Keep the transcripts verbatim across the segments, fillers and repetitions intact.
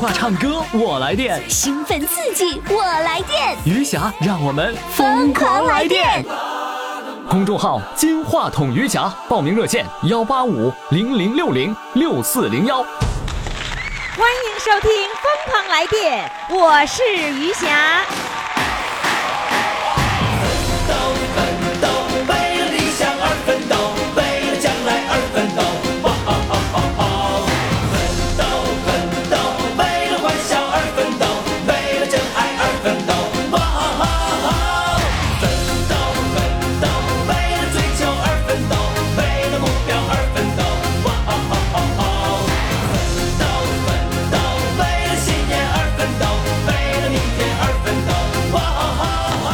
话唱歌我来电， 兴奋刺激我来电， 余霞让我们疯狂来电。公众号金话筒余霞，报名热线幺八五零零六零六四零幺。 欢迎收听《疯狂来电》，我是余霞。 奋斗奋斗，为了理想而奋斗，为了将来而奋斗，哇哦哦哦哦！奋斗奋斗，为了欢笑而奋斗，为了真爱而奋斗，哇哦哦哦！奋斗奋斗，为了追求而奋斗，为了目标而奋斗，哇哦哦哦哦！奋斗奋斗，为了信念而奋斗，为了明天而奋斗，哇哦哦哦！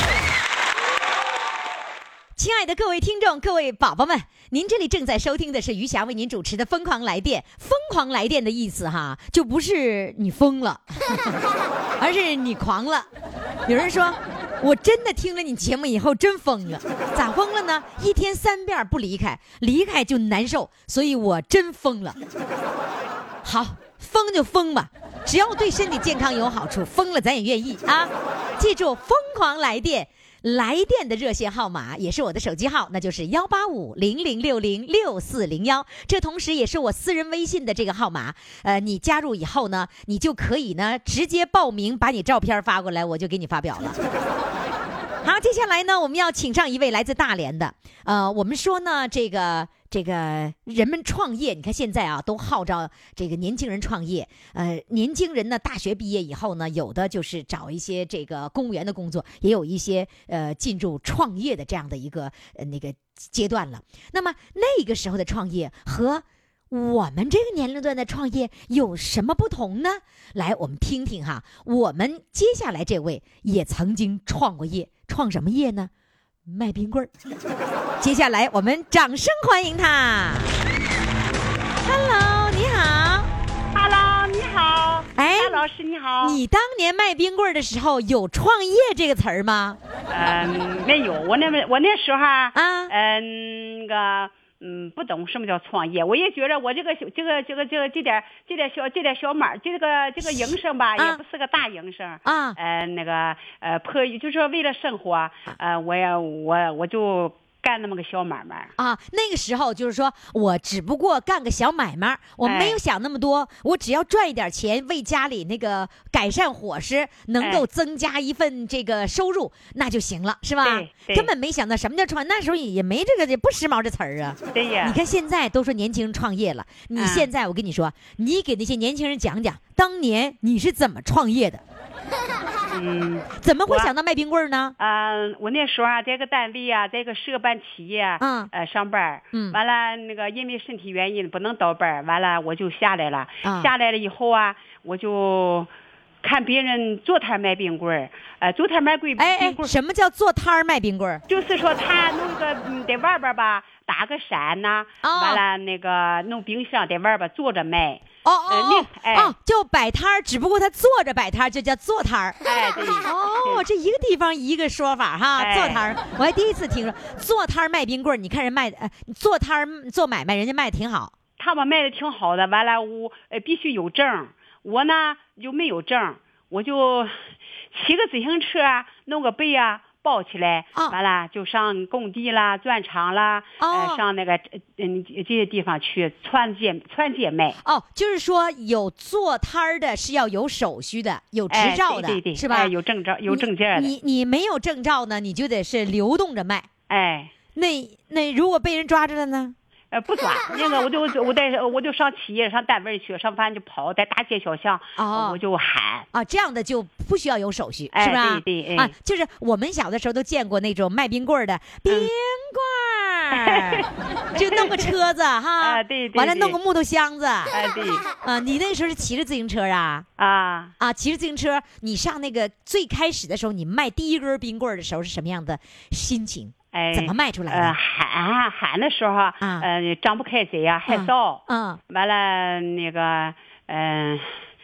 亲爱的各位听众，各位宝宝们，您这里正在收听的是余霞为您主持的《疯狂来电》。疯狂来电的意思哈，就不是你疯了，而是你狂了。有人说，我真的听了你节目以后真疯了，咋疯了呢？一天三遍不离开，离开就难受，所以我真疯了。好，疯就疯吧，只要对身体健康有好处，疯了咱也愿意啊！记住，疯狂来电。来电的热线号码也是我的手机号，那就是幺八五零零六零六四零幺，这同时也是我私人微信的这个号码。呃，你加入以后呢，你就可以呢直接报名，把你照片发过来，我就给你发表了。好，接下来呢，我们要请上一位来自大连的。呃，我们说呢，这个这个人们创业，你看现在啊，都号召这个年轻人创业。呃，年轻人呢，大学毕业以后呢，有的就是找一些这个公务员的工作，也有一些呃进入创业的这样的一个呃那个阶段了。那么那个时候的创业和我们这个年龄段的创业有什么不同呢？来，我们听听哈。我们接下来这位也曾经创过业，创什么业呢？卖冰棍儿。接下来我们掌声欢迎他。Hello， 你好。 Hello， 你好。 哎， 老师你好。 你当年卖冰棍儿的时候有创业这个词儿吗？ 嗯，没有。我那我那时候啊， 嗯， 那个。嗯，不懂什么叫创业，我也觉得我这个这个这个这个这点这点小这点小买这个这个营生吧，啊、也不是个大营生啊。 呃，那个呃，迫于就是说为了生活，呃，我也我我就干那么个小买卖啊。那个时候就是说我只不过干个小买卖，我没有想那么多，哎、我只要赚一点钱，为家里那个改善伙食，能够增加一份这个收入，哎、那就行了，是吧？根本没想到什么叫创业，那时候也没这个也不时髦这词儿啊。 对呀。 你看现在都说年轻人创业了，你现在我跟你说，嗯、你给那些年轻人讲讲，当年你是怎么创业的？ 嗯， 怎么会想到卖冰棍呢？ 啊、呃，我那时候啊，在个单位啊，在个社办企业， 嗯， 呃，上班， 嗯， 完了那个因为身体原因不能倒班，完了我就下来了，嗯、下来了以后啊，我就看别人做摊卖冰棍儿，呃，做摊卖冰棍儿。 哎哎，什么叫做摊卖冰棍儿？ 就是说他弄个嗯，在外边吧打个伞呐、啊，哦、完了那个弄冰箱在外边坐着卖。 哦哦哦， 哎、 哦，就摆摊儿，只不过他坐着摆摊儿，就叫坐摊儿。 哎，对。 哦，这一个地方一个说法哈，哎、坐摊儿，我还第一次听说坐摊儿卖冰棍儿。你看人卖的，呃，坐摊儿做买卖，人家卖的挺好。 他们卖的挺好的，完了我呃必须有证，我呢就没有证，我就骑个自行车啊，弄个背啊。抱起来，哦、完了就上工地啦、钻厂啦，哦、呃，上那个嗯这些地方去串街串街卖。 哦，就是说有做摊儿的是要有手续的，有执照的， 哎、对对对， 是吧？ 哎、有证照、有证件的。 你你没有证照呢，你就得是流动着卖。 哎， 那那如果被人抓着了呢？ 呃，不抓，那个我就我得我就上企业上单位去，上班就跑，在大街小巷，哦、我就喊啊，这样的就不需要有手续， 哎、 是吧？ 对对， 哎、啊，就是我们小的时候都见过那种卖冰棍的冰棍儿，嗯、就弄个车子哈， 啊对对， 完了弄个木头箱子， 哎对， 啊，你那时候是骑着自行车啊？ 啊啊，骑着自行车，你上那个最开始的时候，你卖第一根冰棍的时候是什么样的心情？ 哎， 怎么卖出来的？ 呃，喊喊的时候，啊、呃，张不开嘴呀、啊，害臊。 嗯， 完了那个，嗯、呃，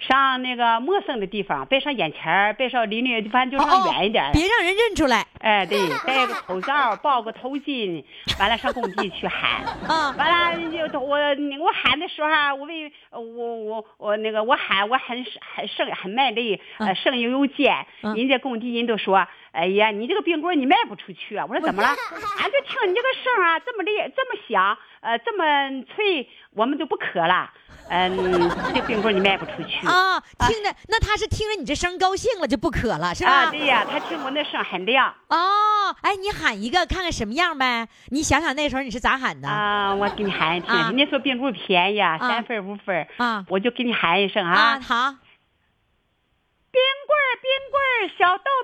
上那个陌生的地方，别上眼前，别上离那，反正就上远一点、 哦哦，别让人认出来。 哎，对，戴个口罩，抱个头巾，完了上工地去喊。 啊， 完了就我我喊的时候，我为我我我那个我喊我很很声很卖力，呃，声音又尖， 嗯、 人家工地人都说，哎呀，你这个冰棍你卖不出去啊！我说怎么了？俺就听你这个声啊，这么厉这么响，呃，这么脆，我们就不渴了。嗯，这冰棍你卖不出去啊！听着，啊、那他是听着你这声高兴了就不渴了，是吧？ 啊，对呀，他听我那声很亮。 哦，哎，你喊一个看看什么样呗？你想想那时候你是咋喊的？ 啊，我给你喊一听，啊、那时候冰棍便宜啊，三份五份啊，我就给你喊一声啊。 啊，好。 冰棍儿，冰棍儿，小豆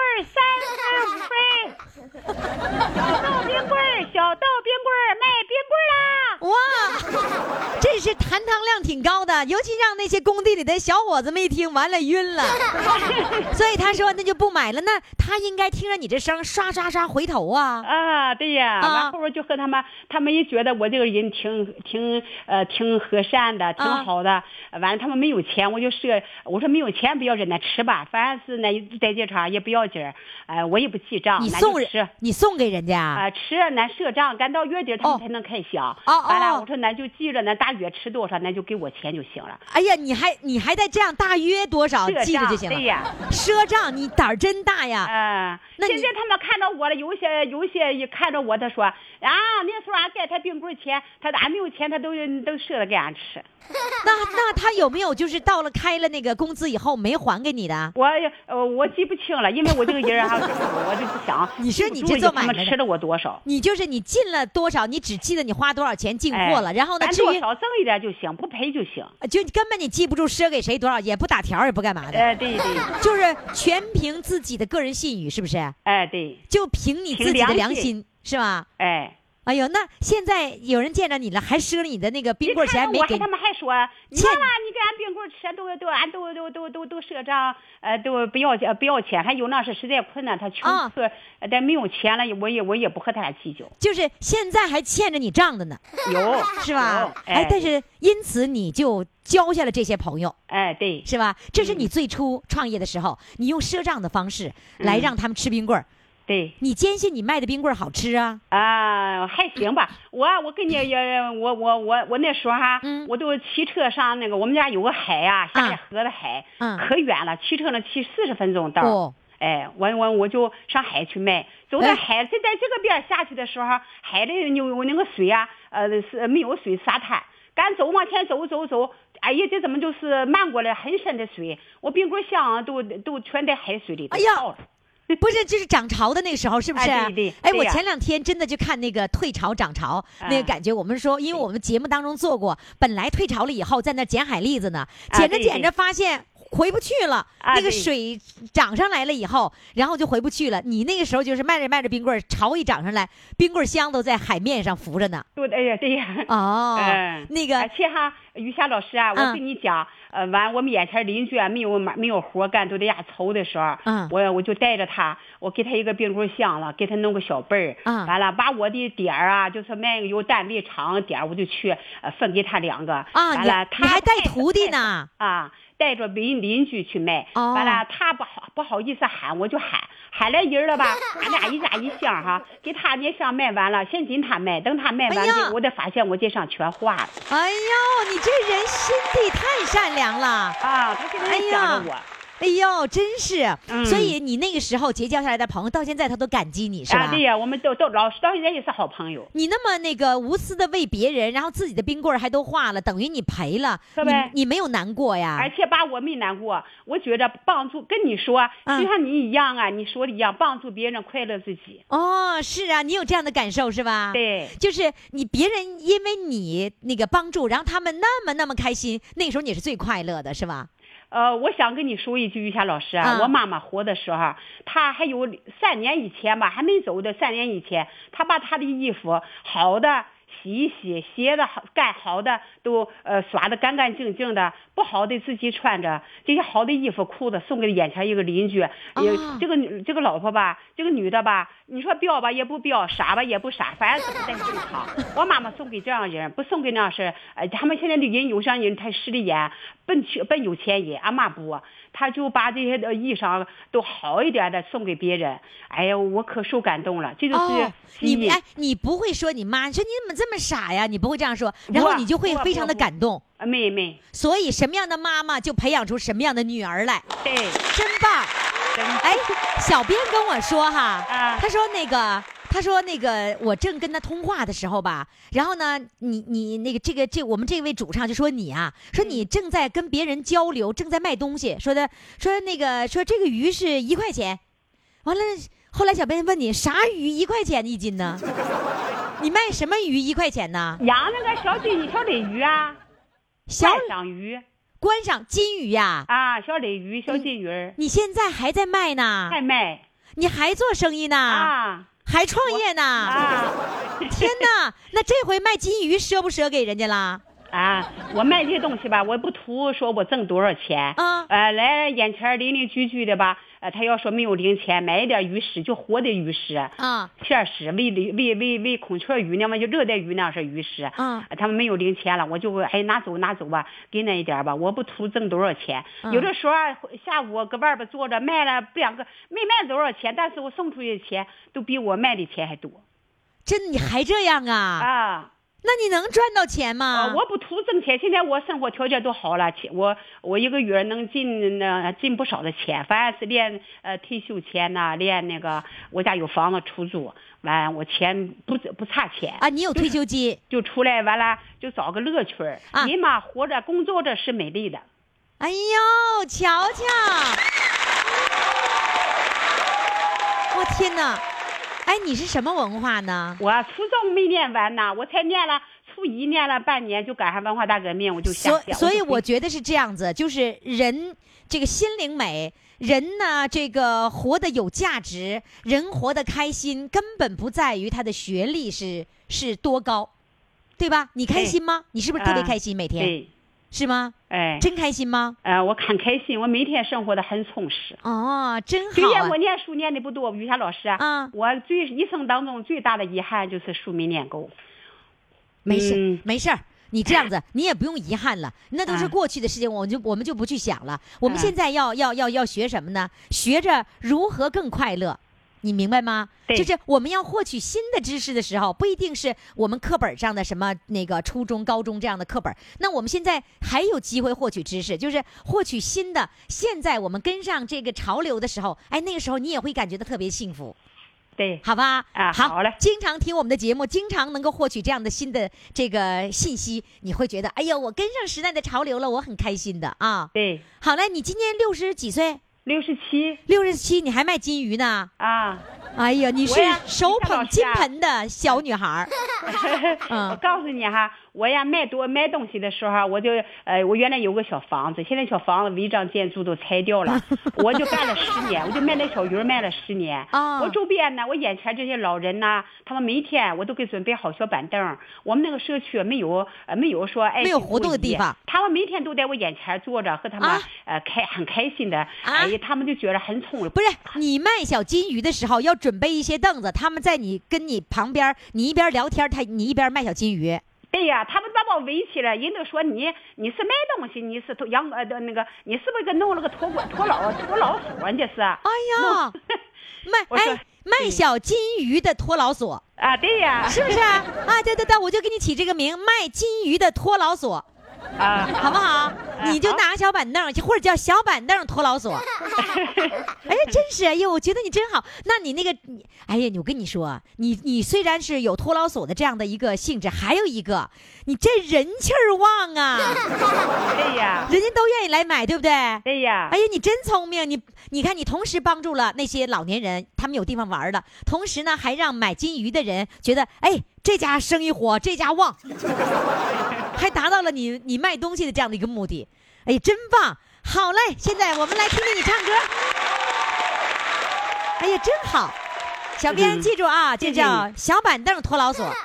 冰棍儿，三分五分。小豆冰棍儿，小豆冰棍儿，卖冰棍儿啦！ 哇，这是含糖量挺高的，尤其让那些工地里的小伙子们一听，完了晕了。所以他说那就不买了。那他应该听着你这声，刷刷刷回头啊。 啊，对呀。啊、完后边就和他们，他们也觉得我这个人挺挺呃挺和善的，挺好的。啊、完了他们没有钱，我就说我说没有钱不要忍耐。吃吧，反正是那在这场也不要紧儿，呃，我也不记账。 你送人， 你送给人家啊、 呃？吃，咱赊账，赶到月底他们才能开销。 哦完了，我说咱就记着，咱大约吃多少，咱就给我钱就行了。 哎呀，你还你还得这样，大约多少记着就行了。 对呀， 赊账，你胆儿真大呀！ 嗯，那现在他们看到我了，有些有些一看着我，他说啊，那时候俺给他冰棍钱，他俺没有钱，他都都赊了给俺吃。 那那他有没有就是到了开了那个工资以后没还给你的？ 我呃我记不清了，因为我这个人啊，我就不想。 你说你这做买卖他们吃了我多少？ 你就是你进了多少，你只记得你花多少钱进货了， 哎、 然后呢， 至于多少挣一点就行，不赔就行。 就根本你记不住赊给谁多少，也不打条，也不干嘛的。 哎、呃，对对， 就是全凭自己的个人信誉，是不是？ 哎，对， 就凭你自己的良心，是吧？ 哎。 哎呦，那现在有人见着你了，还赊了你的那个冰棍钱没给？ 他们还说，你看了，你给俺冰棍吃，都都俺都都都都都赊账，呃，都不要不要钱。还有那是实在困难，他穷苦，啊、但没有钱了，我也我也不和他俩计较。 就是现在还欠着你账的呢， 有是吧？ 哎, 哎，但是因此你就交下了这些朋友， 哎，对， 是吧？这是你最初创业的时候，你用赊账的方式来让他们吃冰棍。嗯对， 你坚信你卖的冰棍好吃啊？ 啊，还行吧。我我跟你也，我我我我那时候哈，嗯、我都骑车上那个，我们家有个海呀、啊，下面河的海，嗯，可远了，骑车能骑四十分钟道。哦，哎，我我我就上海去卖，走到海，就在这个边下去的时候，海里有那个水啊，呃，是没有水沙滩。赶走往前走走走，哎呀，这怎么就是漫过来很深的水？我冰棍箱都都全在海水里头泡了。 哎不是，这是涨潮的那个时候，是不是？ 哎，对对哎，我前两天真的就看那个退潮涨潮， 哎、 那个感觉。我们说，因为我们节目当中做过，本来退潮了以后，在那捡海蛎子呢，捡着捡着发现回不去了， 啊、 那个水涨上来了以后，然后就回不去了。你那个时候就是卖着卖着冰棍，潮一涨上来，冰棍箱都在海面上浮着呢。 对，哎呀，对呀。 哦， 嗯， 那个， 而且哈，于霞老师啊，我跟你讲。嗯呃，完，我们眼前邻居啊，没有没有活干，都在家愁的时候，嗯，我我就带着他，我给他一个冰棍箱了，给他弄个小本儿，嗯，完了把我的点儿啊，就是卖有单位厂点儿，我就去呃分给他两个， 啊， 完了他你还带徒弟呢， 啊，带着邻邻居去卖，哦，完了他不好不好意思喊，我就喊喊来人了吧，俺俩一家一箱哈，给他那箱卖完了，先给他卖，等他卖完，哎，我得发现我这箱全化了。 哎呦，你这人心地太善良了啊！他现在想着我。 哎呦，真是！ 嗯、 所以你那个时候结交下来的朋友，到现在他都感激你，是吧？ 啊，对呀，我们都都老师到现在也是好朋友。 你那么那个无私的为别人，然后自己的冰棍还都化了，等于你赔了，你你没有难过呀？ 而且把我没难过，我觉得帮助跟你说，就像你一样啊，嗯、你说的一样，帮助别人快乐自己。 哦，是啊，你有这样的感受是吧？ 对， 就是你别人因为你那个帮助，然后他们那么那么开心，那个时候你是最快乐的，是吧？ 呃，我想跟你说一句，于霞老师啊，嗯、我妈妈活的时候，她还有三年以前吧，还没走的三年以前，她把她的衣服好的、 洗一洗，洗的好干好的都呃刷的干干净净的，不好的自己穿着。这些好的衣服裤子送给眼前一个邻居，也、哦、这个这个老婆吧，这个女的吧，你说彪吧也不彪，傻吧也不傻，反正不太正常。我妈妈送给这样人，不送给那是呃他们现在的人有些人太势利眼，奔去奔有钱人，俺妈不。他就把这些的衣裳都好一点的送给别人，哎呀，我可受感动了。这就是、哦、 你哎，你不会说你妈说你怎么这么傻呀？你不会这样说，然后你就会非常的感动。 妹妹， 所以什么样的妈妈就培养出什么样的女儿来。 对， 真棒。哎，小编跟我说哈，啊、他说那个。他说：“那个，我正跟他通话的时候吧，然后呢，你你那个这个这我们这位主唱就说你啊，说你正在跟别人交流，正在卖东西，说的说那个说这个鱼是一块钱，完了，后来小编问你啥鱼一块钱一斤呢？你卖什么鱼一块钱呢？ 养那个小金小鲢鱼啊， 小观赏鱼， 观赏金鱼呀、 啊，啊，小鲢鱼、小金鱼。 你现在还在卖呢？ 还卖？ 你还做生意呢？ 啊。” 还创业呢！啊，天哪！那这回卖金鱼赊不赊给人家了？ 啊，我卖这些东西吧，我不图说我挣多少钱啊，呃，来眼前零零居居的吧，呃，他要说没有零钱，买一点鱼食，就活的鱼食啊，片食，喂喂喂喂孔雀鱼那么就热带鱼那是鱼食啊，他们没有零钱了，我就哎拿走拿走吧，给那一点吧，我不图挣多少钱，嗯、有的时候啊，下午搁外边坐着卖了两个，没卖多少钱，但是我送出去的钱都比我卖的钱还多。 真你还这样啊？ 啊。 那你能赚到钱吗？ 呃、我不图挣钱，现在我生活条件都好了，我我一个月能进呃进不少的钱，反正是连呃退休钱呐、啊，连那个我家有房子出租，完我钱不不差钱啊。你有退休金， 就出来完了就找个乐趣儿。啊、人嘛，活着工作着是美丽的。 哎呦，瞧瞧，我天哪！哎，你是什么文化呢？ 我初中没念完呢，我才念了初一，念了半年就赶上文化大革命，我就下所所以我觉得是这样子，就是人这个心灵美，人呢这个活得有价值，人活得开心，根本不在于他的学历是是多高，对吧？你开心吗？你是不是特别开心、呃、每天？ 对。 是吗？ 哎， 真开心吗？ 呃，我很开心，我每天生活的很充实。 哦，真好、啊。 虽然我念书念的不多，于霞老师啊，嗯、我最一生当中最大的遗憾就是书没念够。 没事，嗯、没事儿，你这样子，你也不用遗憾了，那都是过去的事情，我们就我们就不去想了。我们现在要要要要学什么呢？学着如何更快乐。你明白吗？就是我们要获取新的知识的时候，不一定是我们课本上的什么那个初中、高中这样的课本。那我们现在还有机会获取知识，就是获取新的。现在我们跟上这个潮流的时候，哎，那个时候你也会感觉到特别幸福。 对， 好吧， 啊， 好， 好嘞。 经常听我们的节目，经常能够获取这样的新的这个信息，你会觉得，哎呦，我跟上时代的潮流了，我很开心的啊。 对， 好嘞，你今年六十几岁？ 六十七， 六十七，你还卖金鱼呢？ 啊， 哎呀，你是手捧金盆的小女孩。 嗯，我告诉你哈，我呀卖多卖东西的时候，我就呃，我原来有个小房子，现在小房子违章建筑都拆掉了，我就干了十年，我就卖那小鱼卖了十年。啊，我周边呢，我眼前这些老人呐，他们每天我都给准备好小板凳。我们那个社区没有呃没有说哎没有活动的地方， 他们每天都在我眼前坐着，和他们、啊、呃开很开心的，哎、啊，他们就觉得很充实。 不是你卖小金鱼的时候要准备一些凳子，他们在你跟你旁边，你一边聊天，他你一边卖小金鱼。 对呀，他们把我围起来，人都说你你是卖东西，你是养呃的那个，你是不是给弄了个拖拖老拖老鼠啊？这是。哎呀，卖哎卖小金鱼的拖老索啊，对呀， 是不是啊？啊，对对对，我就给你起这个名，卖金鱼的拖老索。啊，好不好？你就拿个小板凳，或者叫小板凳拖老索。哎，真是哎呦，我觉得你真好。那你那个，你哎呀，我跟你说，你你虽然是有拖老索的这样的一个性质，还有一个，你这人气儿旺啊。 对呀， 人家都愿意来买，对不对？ 对呀。 哎呀，你真聪明，你你看，你同时帮助了那些老年人，他们有地方玩了，同时呢，还让买金鱼的人觉得，哎，这家生意火，这家旺。还达到了你你卖东西的这样的一个目的，哎，真棒！好嘞，现在我们来听听你唱歌。哎呀，真好！ 小编记住啊，这叫小板凳拖老所。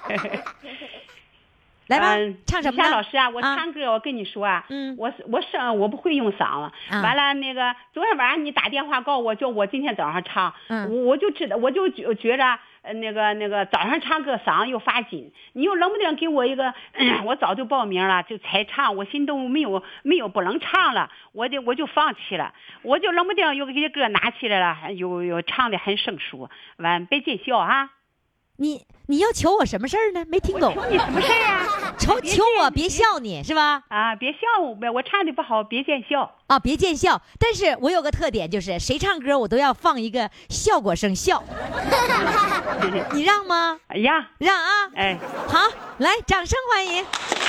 来吧， 嗯、 唱什么呢？ 夏老师啊，我唱歌，啊、我跟你说啊，嗯，我我声我不会用嗓子，啊、完了那个昨天晚上你打电话告我，叫我今天早上唱，嗯，我我就知道，我就觉觉着。呃，那个那个早上唱歌嗓子又发紧，你又冷不丁给我一个、嗯，我早就报名了，就才唱，我心都没有没有不能唱了，我就我就放弃了，我就冷不丁又给这歌拿起来了，又又唱的很生疏，完别见笑啊！ 你你要求我什么事儿呢？没听懂。 求你什么事儿啊？ 求求我别笑你是吧？ 啊，别笑我呗，我唱的不好，别见笑啊，别见笑。但是我有个特点，就是谁唱歌我都要放一个效果声笑。你让吗？ 哎呀， 让啊！ 哎， 好，来，掌声欢迎。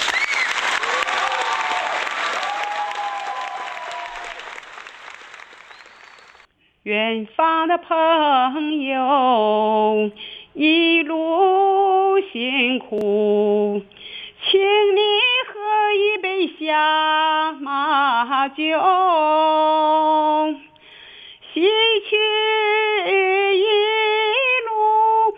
远方的朋友，一路辛苦，请你喝一杯香马酒，洗去一路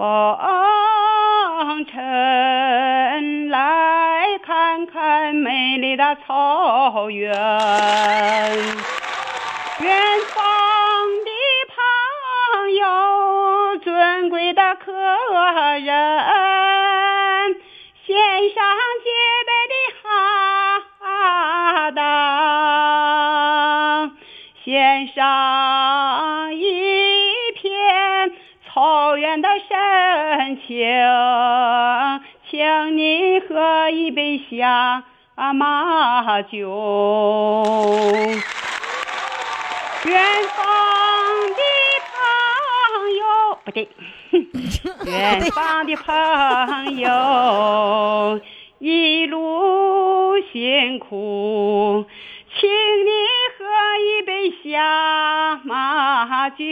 风尘，来看看美丽的草原。远方的朋友，尊贵的客人，献上洁白的哈达，献上一片草原的深情，请你喝一杯香马酒。远方的朋友，不对，远方的朋友，一路辛苦，请你喝一杯香马酒。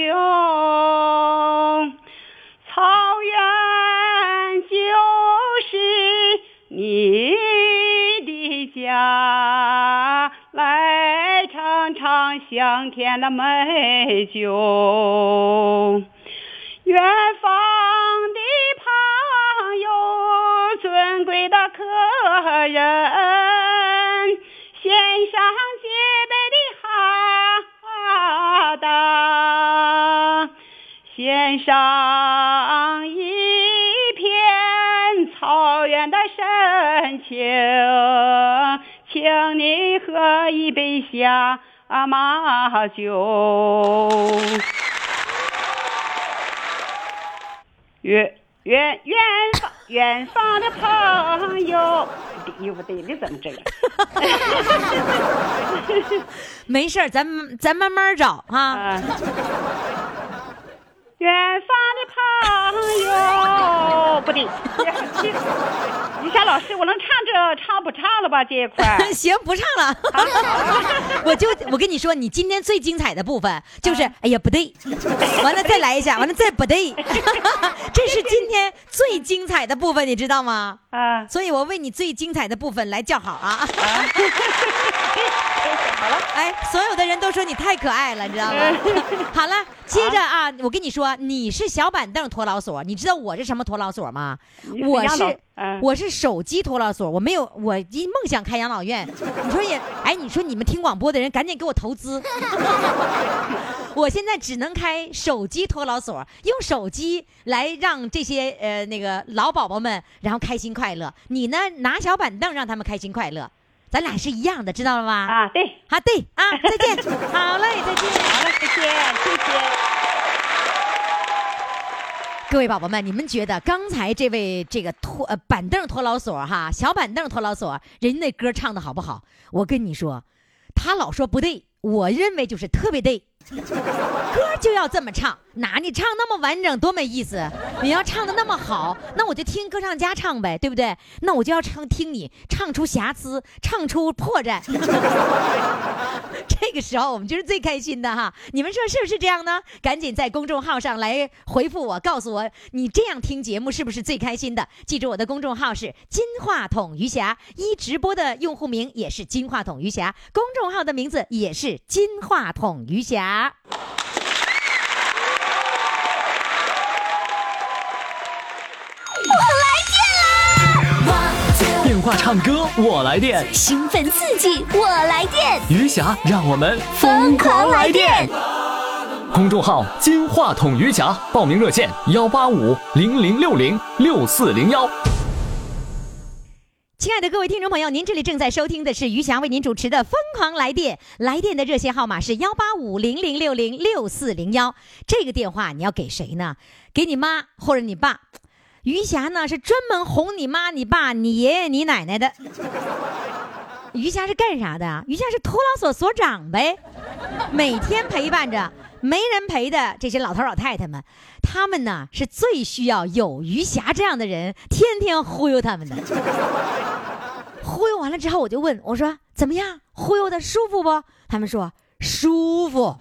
草原就是你的家，来尝尝香甜的美酒。远方的朋友，尊贵的客人，献上洁白的哈达，献上一片草原的深情，请你喝一杯香马酒。远远远方远方的朋友，不对又不对，你怎么这样？ 没事儿，咱咱慢慢找哈。啊远方的朋友，不对，于霞老师，我能唱这唱不唱了吧？这一块行，不唱了。我就我跟你说，你今天最精彩的部分就是，啊、哎呀不对，完了再来一下，完了再不对，这是今天最精彩的部分，你知道吗？啊，所以我为你最精彩的部分来叫好啊。啊好了，哎，所有的人都说你太可爱了，你知道吗？好了，接着啊，我跟你说，你是小板凳拖老所，你知道我是什么拖老所吗？我是我是手机拖老所，我没有，我一梦想开养老院。你说也，哎，你说你们听广播的人赶紧给我投资。我现在只能开手机拖老所，用手机来让这些呃那个老宝宝们然后开心快乐。你呢，拿小板凳让他们开心快乐。咱俩是一样的，知道了吗？ 啊，对， 啊对啊，再见，好嘞，再见， 好了，再见，谢谢。 各位宝宝们，你们觉得刚才这位这个拖呃板凳拖老所哈，小板凳拖老所，人家那歌唱的好不好？我跟你说，他老说不对，我认为就是特别对。歌就要这么唱，哪你唱那么完整多没意思，你要唱的那么好，那我就听歌唱家唱呗，对不对？那我就要唱听你唱出瑕疵，唱出破绽。这个时候我们就是最开心的哈，你们说是不是这样呢？赶紧在公众号上来回复我，告诉我你这样听节目是不是最开心的。记住我的公众号是金话筒余霞，一直播的用户名也是金话筒余霞，公众号的名字也是金话筒余霞。 电话唱歌我来电， 兴奋刺激我来电， 余霞让我们疯狂来电。公众号金话筒余霞，报名热线幺八五零零六零六四零幺。 亲爱的各位听众朋友，您这里正在收听的是余霞为您主持的《疯狂来电》，来电的热线号码是幺八五零零六零六四零幺。这个电话你要给谁呢？给你妈或者你爸。余霞呢是专门哄你妈、你爸、你爷爷、你奶奶的。余霞是干啥的？余霞是托老所所长呗，每天陪伴着没人陪的这些老头老太太们，他们呢是最需要有余霞这样的人天天忽悠他们的。忽悠完了之后，我就问我说怎么样，忽悠的舒服不？他们说舒服。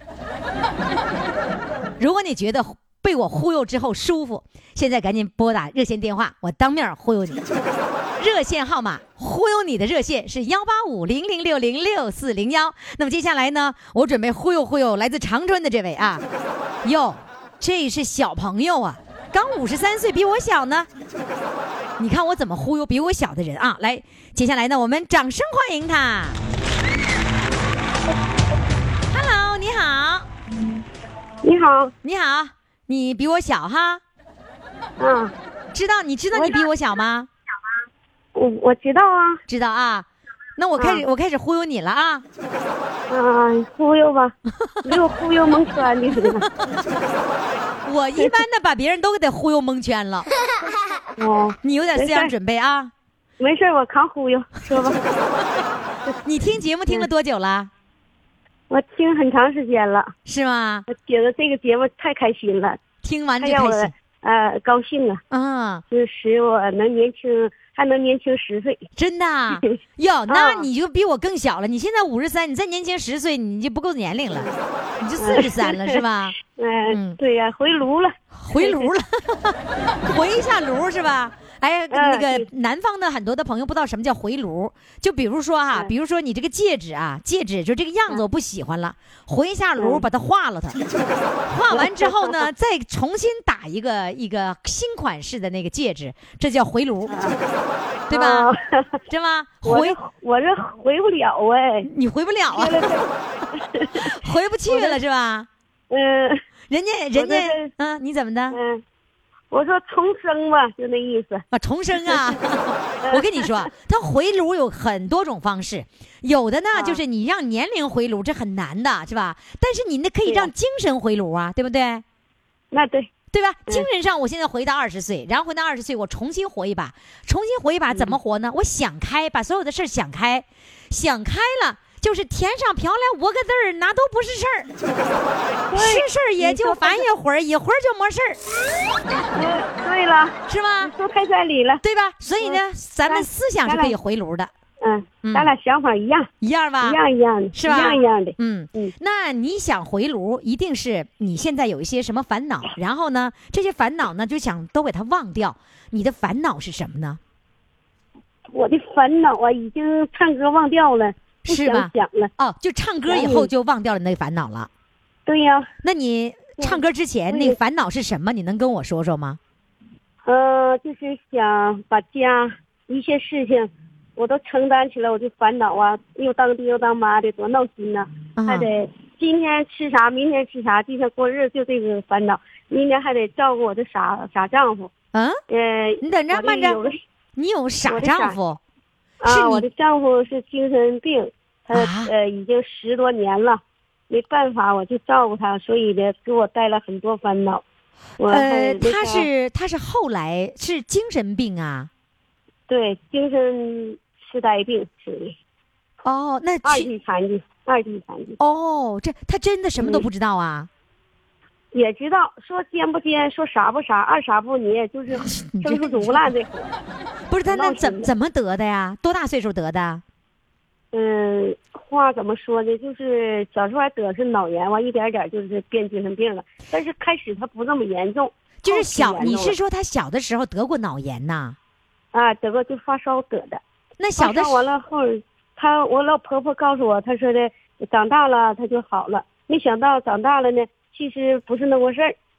如果你觉得被我忽悠之后舒服，现在赶紧拨打热线电话，我当面忽悠你。热线号码忽悠你的热线是幺八五零零六零六四零幺。那么接下来呢，我准备忽悠忽悠来自长春的这位啊，哟，这是小朋友啊，刚五十三岁，比我小呢。你看我怎么忽悠比我小的人啊！来，接下来呢，我们掌声欢迎他。Hello， 你好。 你好， 你好，你比我小哈？ 嗯， 知道？你知道你比我小吗？ 我我知道啊， 知道啊。那我开始、啊、我开始忽悠你了啊。 嗯、啊，忽悠吧，没有忽悠蒙圈的是吧？ 我一般的把别人都得忽悠蒙圈了。 哦， 你有点思想准备啊。 没事，我扛忽悠，说吧。 你听节目听了多久了？ 我听很长时间了。 是吗？ 我觉得这个节目太开心了， 听完就开心， 呃，高兴啊！ 啊， 就使我能年轻，还能年轻十岁。 真的？哟，那你就比我更小了。你现在五十三，你再年轻十岁，你就不够年龄了，你就四十三了，是吧？ 嗯，对呀，回炉了， 回炉了，回一下炉是吧？哎，那个南方的很多的朋友不知道什么叫回炉，就比如说哈、啊，比如说你这个戒指啊，戒指就这个样子我不喜欢了，回一下炉把它化了它，化完之后呢，再重新打一个一个新款式的那个戒指，这叫回炉，对吧？对吗？回我这回不了哎， 你回不了啊，回不去了是吧？ 嗯， 人家人家嗯，你怎么的？ 嗯。我说重生吧，就那意思啊，重生啊！我跟你说，它回炉有很多种方式，有的呢、啊、就是你让年龄回炉，这很难的，是吧？但是你那可以让精神回炉啊，对不对？ 那对， 对吧？嗯、精神上，我现在回到二十岁，然后回到二十岁，我重新活一把，重新活一把，怎么活呢？嗯、我想开，把所有的事想开，想开了。就是天上飘来五个字儿，那都不是事儿，是事儿也就烦一会儿，一会儿就没事儿。对了， 是吧？ 说太在理了， 对吧？所以呢，嗯、咱们思想是可以回炉的。 嗯，嗯咱俩想法一样， 一样吧？ 一样一样的， 是吧？ 一样一样的。 嗯嗯。那你想回炉，一定是你现在有一些什么烦恼，然后呢，这些烦恼呢，就想都给它忘掉。你的烦恼是什么呢？ 我的烦恼啊，已经唱歌忘掉了。 是吧？哦，就唱歌以后就忘掉了那烦恼了。 对呀。 那你唱歌之前那烦恼是什么？你能跟我说说吗？ 呃，就是想把家一些事情我都承担起来，我就烦恼啊，又当爹又当妈的，多闹心呐、啊！还得今天吃啥，明天吃啥，今天过日子就这个烦恼，明天还得照顾我的傻傻丈夫。 嗯， 呃， 你等着，慢着，你有傻丈夫？ 啊，我的丈夫是精神病，他、啊、呃已经十多年了，没办法，我就照顾他，所以呢，给我带来很多烦恼。我呃，他是他是后来是精神病啊？ 对，精神痴呆病属于。 哦，那二级残疾，二级残疾。 哦，这他真的什么都不知道啊？ 嗯、也知道，说奸不奸，说傻不傻，二傻不你，就是生出竹烂这活。 不是他那怎怎么得的呀？多大岁数得的？ 嗯，话怎么说呢？就是小时候还得是脑炎，完一点点就是变精神病了。但是开始他不那么严重， 就是小，你是说他小的时候得过脑炎呐？ 啊，得过就发烧得的。 那小的完了后，他我老婆婆告诉我，她说的长大了他就好了。没想到长大了呢，其实不是那回事儿。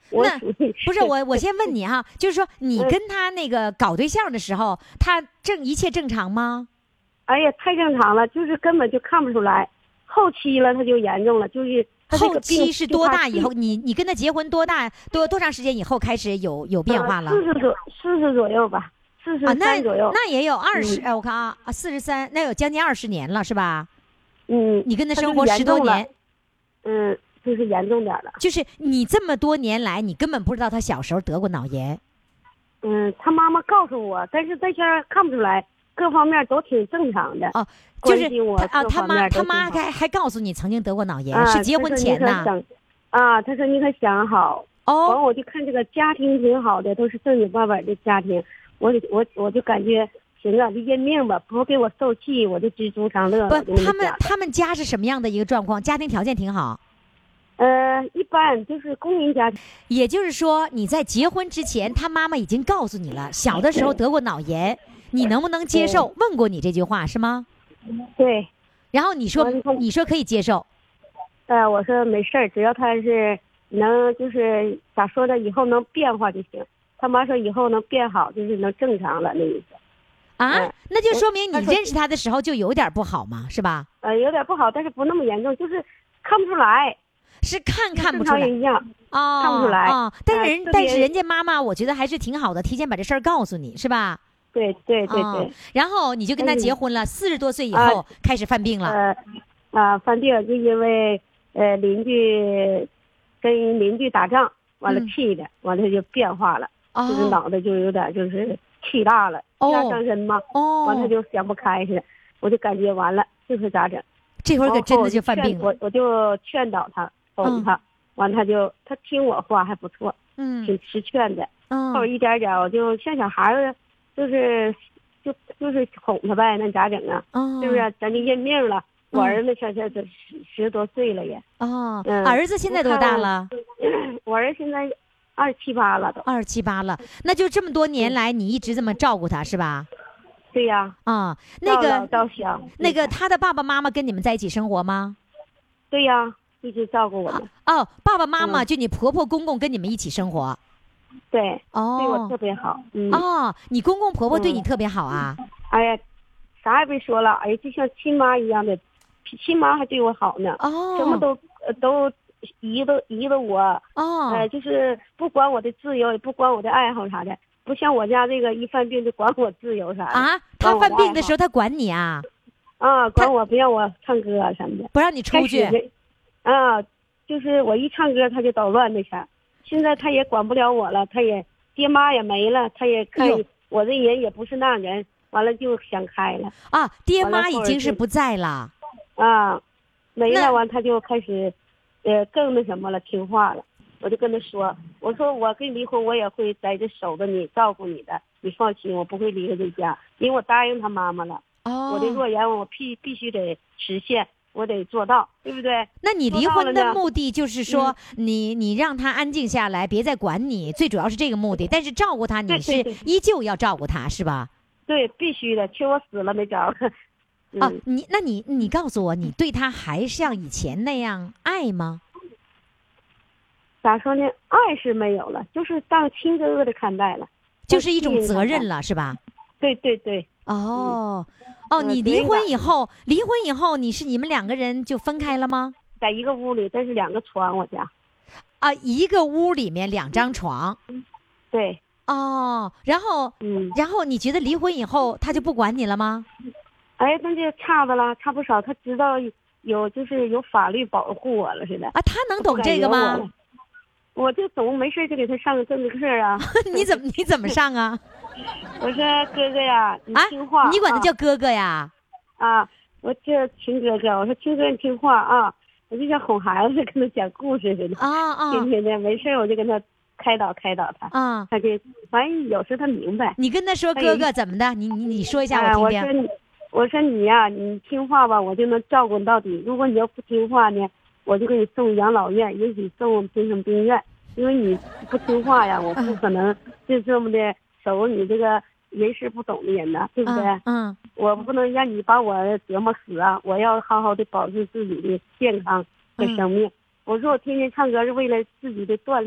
我那不是我，我先问你哈，就是说你跟他那个搞对象的时候，他正一切正常吗？ 哎呀，太正常了，就是根本就看不出来。后期了，他就严重了，就是他这个后病期是多大以后？你你跟他结婚多大多多长时间以后开始有有变化了？ 四十左四十左右吧，四十三左右。 啊、那, 那也有二十、嗯，哎，我看啊啊，四十三，那有将近二十年了，是吧？ 嗯， 你跟他生活十多年， 嗯，就是严重点了。 就是你这么多年来，你根本不知道他小时候得过脑炎。 嗯，他妈妈告诉我，但是在家看不出来，各方面都挺正常的。 哦，就是他啊，他妈他妈还还告诉你曾经得过脑炎，啊、是结婚前呐。 啊，他说你可想好。 哦， 完我就看这个家庭挺好的，都是正经八百的家庭，我我我就感觉。行啊，就认命吧，不给我受气，我就知足常乐。 不，他们他们家是什么样的一个状况？家庭条件挺好。 呃，一般就是工人家庭。 也就是说，你在结婚之前，他妈妈已经告诉你了，小的时候得过脑炎，你能不能接受？问过你这句话是吗？ 对。 然后你说你说可以接受。 呃，我说没事儿，只要他是能就是咋说的，以后能变化就行。他妈说以后能变好，就是能正常了那意思。 啊、嗯，那就说明你认识他的时候就有点不好嘛，是吧？ 呃，有点不好，但是不那么严重，就是看不出来， 是看看不出来， 一样哦， 看不出来啊、哦。但是人、 呃， 但是人家妈妈，我觉得还是挺好的，提前把这事儿告诉你，是吧？ 对对对对、 哦。然后你就跟他结婚了，四十多岁以后、呃、开始犯病了。 呃，啊、呃，犯病就因为呃邻居跟邻居打仗，完了气的，嗯、完了就变化了，哦、就是脑袋就有点就是气大了。压伤身嘛， 哦， 完他就想不开似的，我就感觉完了，这回咋整？ 这会儿可真的就犯病了。 我我就劝导他，哄他，嗯、完他就他听我话还不错， 嗯， 挺识劝的。 嗯， 后边一点点我就像小孩子，就是就就是哄他呗，那咋整啊？ 哦， 是不是？咱就认命了。嗯、我儿子现在十十多岁了也。 哦， 嗯， 儿子现在多大了？ 我儿子现在。二十七八了都， 二十七八了，那就这么多年来你一直这么照顾他是吧？ 对呀。 啊、嗯，那个到小， 那个他的爸爸妈妈跟你们在一起生活吗？ 对呀，一直照顾我们。 哦，爸爸妈妈、嗯、就你婆婆公公跟你们一起生活。 对， 哦， 对我特别好。嗯、 哦，你公公婆婆对你特别好啊？ 嗯、哎呀，啥也别说了，哎呀，就像亲妈一样的，亲妈还对我好呢。 哦， 什么都呃都。依着依着我， 哦， 呃，就是不管我的自由，也不管我的爱好啥的，不像我家这个一犯病就管我自由啥的啊。他犯病的时候他管你啊？ 啊，管我不让我唱歌啊什么的， 不让你出去。 啊，就是我一唱歌他就捣乱那下。现在他也管不了我了，他也爹妈也没了，他也看我这人也不是那人，完了就想开了啊。爹妈已经是不在了啊，没了完他就开始。呃，更那什么了，听话了，我就跟他说，我说我跟你离婚，我也会在这守着你，照顾你的，你放心，我不会离开这家，因为我答应他妈妈了。 哦， 我的诺言我必必须得实现，我得做到，对不对？ 那你离婚的目的就是说，你你让他安静下来，别再管你，最主要是这个目的。但是照顾他，你是依旧要照顾他，是吧？ 对，必须的，缺我死了没招。 嗯、啊，你那你你告诉我，你对他还像以前那样爱吗？ 咋说呢？爱是没有了，就是当亲哥哥的看待了， 就是一种责任了，是吧？ 对对对。 哦、嗯、哦，你离婚以后，离婚以后你是你们两个人就分开了吗？ 在一个屋里，但是两个床，我家。 啊，一个屋里面两张床。 对。 哦，然后， 嗯， 然后你觉得离婚以后他就不管你了吗？ 哎，那就差的了，差不少。他知道有就是有法律保护我了似的。 啊，他能懂这个吗？ 我, 我就总没事就给他上个政治课啊。 你怎么你怎么上啊？ 我说哥哥呀，你听话。 啊、你管他叫哥哥呀？ 啊，我叫亲哥哥。我说亲哥你听话啊，我就像哄孩子跟他讲故事似的。 啊啊！ 天天的没事我就跟他开导开导他。 啊， 他就反正有时他明白。 你跟他说哥哥怎么的？你你你说一下我听听。 哎、我说你。我说你呀、啊，你听话吧，我就能照顾你到底。如果你要不听话呢，我就给你送养老院，也许送精神病院。因为你不听话呀，我不可能就这么的守你这个人事不懂的人呢，对不对？ 嗯，嗯我不能让你把我折磨死啊！我要好好的保持自己的健康和生命。嗯、我说我天天唱歌是为了自己的锻炼，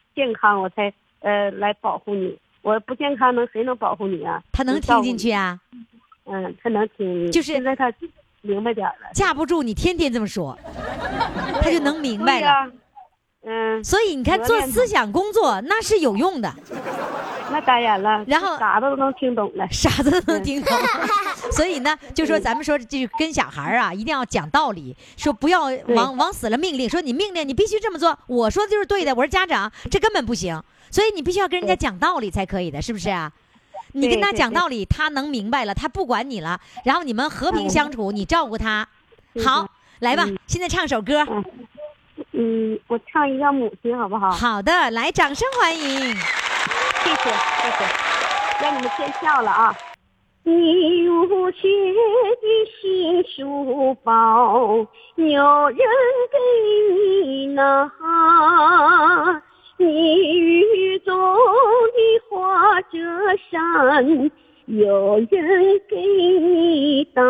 健康，我才呃来保护你。我不健康，能谁能保护你啊？ 他能听进去啊？ 嗯，他能听。 就是现在他明白点了。 架不住你天天这么说，他就能明白了。 啊、嗯。 所以你看，做思想工作那是有用的。 那当然了， 然后傻子都能听懂了， 傻子都能听懂。所以呢，就说咱们说，就跟小孩啊，一定要讲道理，说不要往往死了命令，说你命令你必须这么做，我说的就是对的，我是家长，这根本不行。所以你必须要跟人家讲道理才可以的，是不是啊？你跟他讲道理，他能明白了，他不管你了，然后你们和平相处，你照顾他。好，来吧，现在唱首歌。 嗯，我唱一个母亲好不好？ 好的，来，掌声欢迎。 谢谢谢谢，让你们见笑了啊！你入学的新书包，有人给你拿，你雨中的花折扇，有人给你打。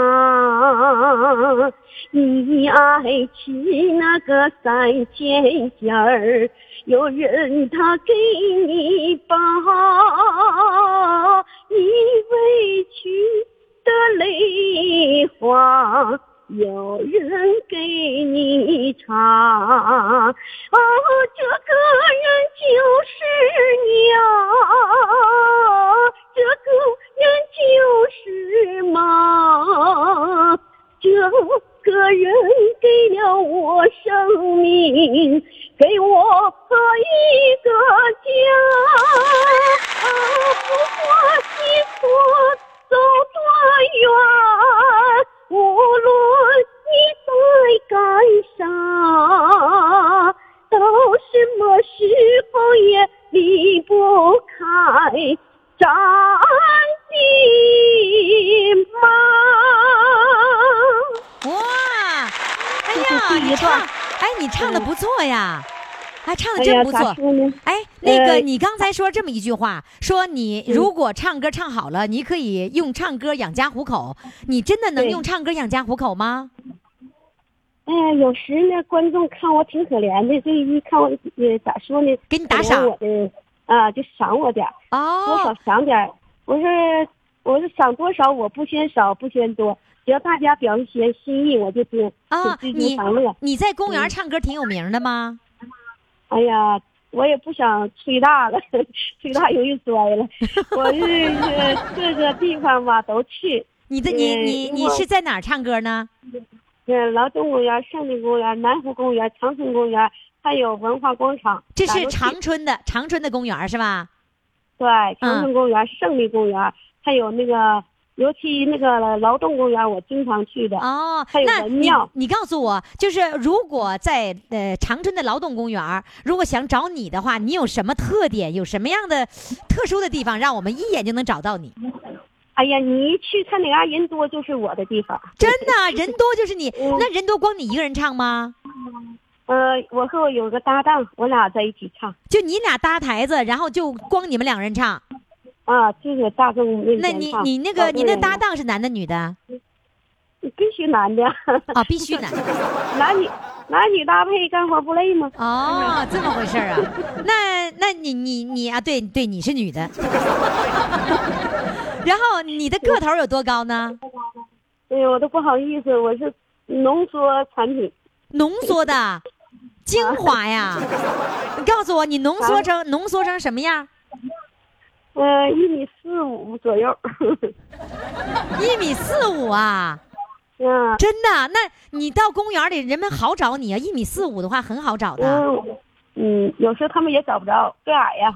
你爱吃那个三鲜馅儿，有人他给你包，你委屈的泪花，有人给你擦。哦，这个人就是你啊，这个人就是妈，这个人给了我生命，给我一个家。啊，不管你所走多远，无论你在干啥，到什么时候也离不开咱的妈。 哇，哎呀，你唱，哎，你唱的不错呀，还唱的真不错。哎，那个你刚才说这么一句话，说你如果唱歌唱好了，你可以用唱歌养家糊口。你真的能用唱歌养家糊口吗？ 哎呀，有时呢，观众看我挺可怜的，所以一看我，呃，咋说呢？ 给你打赏我的啊，就赏我点哦， 多少赏点。我说，我说赏多少，我不嫌少，不嫌多。只要大家表现心意，我就知啊。你你在公园唱歌挺有名的吗？ 嗯、哎呀，我也不想吹大了，吹大容易摔了。我是各个地方吧都去。 你的你你你是在哪儿唱歌呢？ 嗯，劳动公园、胜利公园、南湖公园、长春公园，还有文化广场。 这是长春的长春的公园是吧？ 对，长春公园、嗯、胜利公园，还有那个。尤其那个劳动公园，我经常去的哦。 还有文庙。 你, 你告诉我，就是如果在呃长春的劳动公园，如果想找你的话，你有什么特点？有什么样的特殊的地方，让我们一眼就能找到你？ 哎呀，你一去看哪嘎人多，就是我的地方。 真的，人多就是你。嗯、那人多光你一个人唱吗？ 呃，我和我有个搭档，我俩在一起唱。 就你俩搭台子，然后就光你们两人唱。 啊，就是大众面前那你你那个你那搭档是男的女的？ 必须男的。 哦，必须男的。 男女男女搭配干活不累吗？ 哦，这么回事啊？那那你你你啊，对对，你是女的。然后你的个头有多高呢？ 哎呦，我都不好意思，我是浓缩产品。 浓缩的，精华呀！你告诉我，你浓缩成、啊、浓缩成什么样？ 呃，一米四五左右。 一米四五啊？ 嗯， 真的？那你到公园里，人们好找你啊？一米四五的话，很好找的。 嗯，嗯，有时候他们也找不着，个矮呀。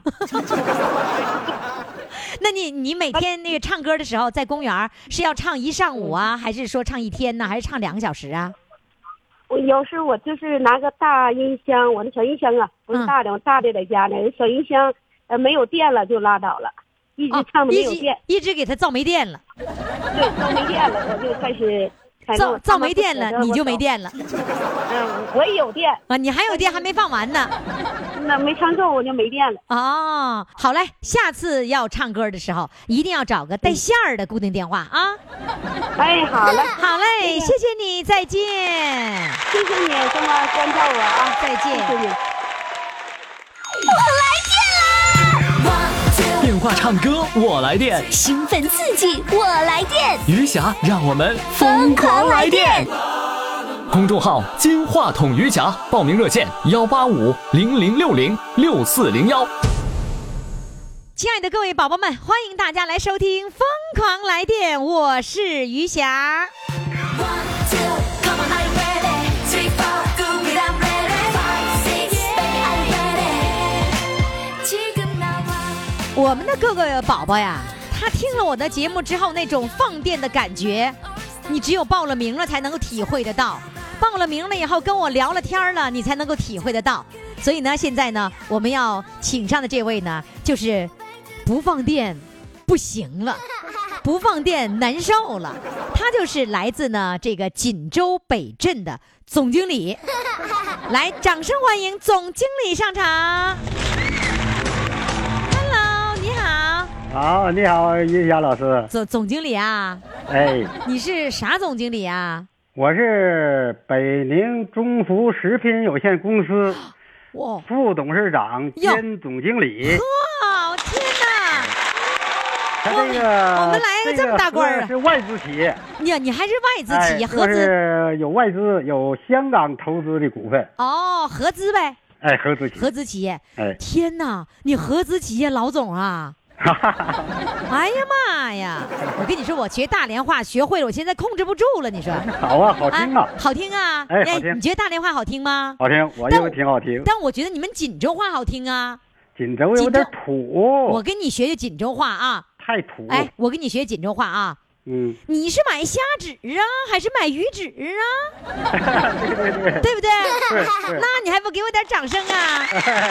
那你你每天那个唱歌的时候，在公园是要唱一上午啊，还是说唱一天呢？还是唱两个小时啊？ 我有时我就是拿个大音箱，我的小音箱啊，不是大的，我、嗯、大的在家呢，小音箱。呃，没有电了就拉倒了，一直唱的没有电，哦、 一, 一直给他造没电了。 对，造没电了，我就开始造造没电了，你就没电了。 嗯，我也有电啊，你还有电还没放完呢。 那没唱够我就没电了。 哦，好嘞，下次要唱歌的时候一定要找个带线儿的固定电话啊。 哎，好嘞， 好嘞，谢谢你，再见。 谢谢你这么关照我啊， 再见。 谢谢你。 我来。 话唱歌我来电， 兴奋刺激我来电， 余霞让我们疯狂来电。 公众号金话筒余霞，报名热线幺八五零零六零六四零幺。 亲爱的各位宝宝们，欢迎大家来收听《疯狂来电》，我是余霞。我们的各个宝宝呀，他听了我的节目之后那种放电的感觉，你只有报了名了才能够体会得到，报了名了以后跟我聊了天了，你才能够体会得到。所以呢，现在呢，我们要请上的这位呢，就是不放电不行了，不放电难受了。他就是来自呢这个锦州北镇的总经理，来，掌声欢迎总经理上场。Hello， 你好。 好，你好，余霞老师。 总总经理啊？ 哎， 你是啥总经理啊？ 我是北宁中福食品有限公司哇副董事长兼总经理。 哇，天哪！ 他这个我们来了这么大官啊！ 是外资企业。 你你还是外资企业， 哎、 合资？ 就是有外资，有香港投资的股份。 哦，合资呗。 哎，合资企业。 合资企业。 哎， 天哪！你合资企业老总啊！哎呀妈呀！我跟你说，我学大连话学会了，我现在控制不住了。你说好啊，好听啊， 啊好听啊！ 哎，好听。 你觉得大连话好听吗？ 好听，我认为挺好听。 但我觉得你们锦州话好听啊。 锦州有点土。 我跟你学学锦州话啊。 太土。 哎，我跟你学锦州话啊。 嗯。 你是买虾纸啊，还是买鱼纸啊？对对对。 对不对？ 是是。 那你还不给我点掌声啊？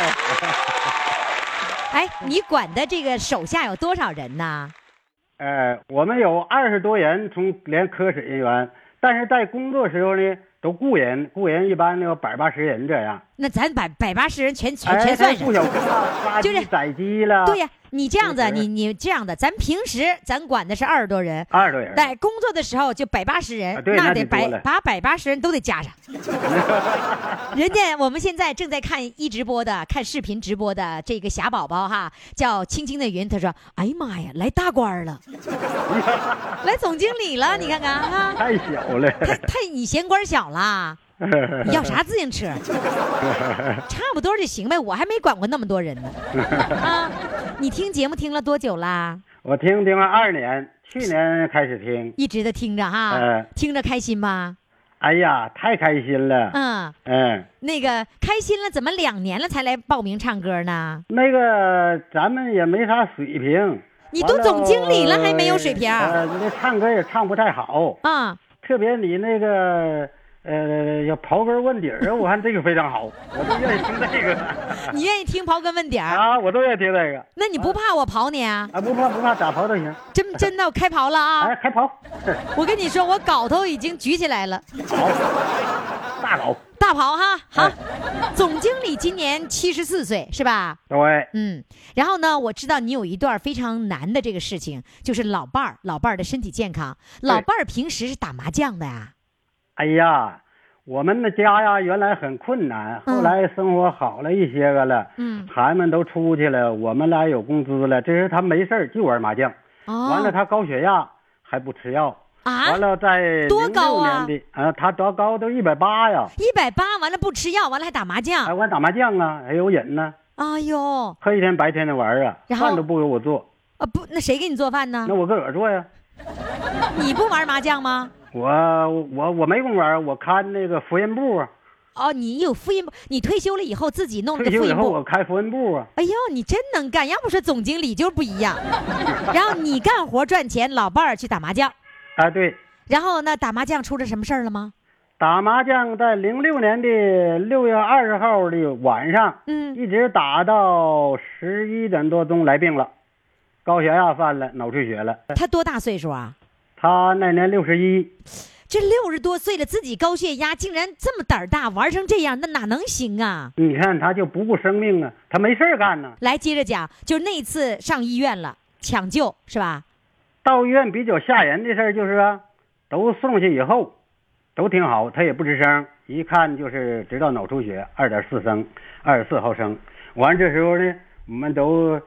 哎，你管的这个手下有多少人呢？ 呃，我们有二十多人，从连科室人员，但是在工作时候呢，都雇人，雇人一般有百八十人这样。 那咱百百八十人全全全算上， 就是宰鸡了。 对呀，你这样子，你你这样的，咱平时咱管的是二十多人， 二十多人， 在工作的时候就百八十人， 啊、那得百把百八十人都得加上。人家我们现在正在看一直播的，看视频直播的这个霞宝宝哈，叫青青的云，他说：“哎呀妈呀，来大官了，来总经理了，你看看啊， 太小了， 太太你嫌官小了。”要啥自行车？差不多就行呗，我还没管过那么多人呢。啊，你听节目听了多久啦？ 我听听了二年，去年开始听， 一直都听着哈。 呃、 听着开心吗？ 哎呀，太开心了。 嗯嗯， 那个开心了，怎么两年了才来报名唱歌呢？ 那个咱们也没啥水平。 你都总经理了还没有水平？ 呃，那唱歌也唱不太好。 啊、嗯， 特别你那个。呃，要刨根问底儿，我看这个非常好，我都愿意听这个。 你愿意听刨根问底儿啊？我都愿意听这个。 那你不怕我刨你啊？ 啊，不怕不怕，咋刨都行。 真真的，我开刨了啊！ 哎，开刨。 我跟你说，我镐头已经举起来了。 好，大镐。 大刨哈，好。 哎、 总经理今年七十四岁是吧？ 对。 嗯，然后呢，我知道你有一段非常难的这个事情，就是老伴儿，老伴儿的身体健康。老伴儿平时是打麻将的呀。 哎呀，我们的家呀原来很困难，后来生活好了一些个了，嗯，孩子们都出去了，我们俩有工资了，这时他没事就玩麻将，哦，完了他高血压还不吃药啊，完了在多高啊？ 啊，他多高都一百八呀， 一百八，完了不吃药，完了还打麻将， 还玩打麻将啊，还有瘾呢， 哎呦， 黑天白天的玩啊，饭都不给我做啊，不，那谁给你做饭呢？ 那我自个儿做呀。 你不玩麻将吗？ 我我我没工玩，我看那个复印部啊。 哦，你有复印部，你退休了以后自己弄的复印部。 退休以后我开复印部啊。 哎呦，你真能干！要不说总经理就是不一样。然后你干活赚钱，老伴儿去打麻将。 啊，对。 然后呢，打麻将出了什么事儿了吗？ 打麻将在零六年的六月二十号的晚上，嗯，一直打到十一点多钟来病了，高血压犯了，脑出血了。 他多大岁数啊？ 他那年六十一。 这六十多岁了，自己高血压，竟然这么胆儿大，玩成这样，那哪能行啊？ 你看他就不顾生命啊，他没事干呢。 来，接着讲，就是那次上医院了，抢救是吧？ 到医院比较吓人的事儿就是啊，都送去以后，都挺好，他也不吱声，一看就是知道脑出血，二点四升，二十四毫升。完这时候呢，我们都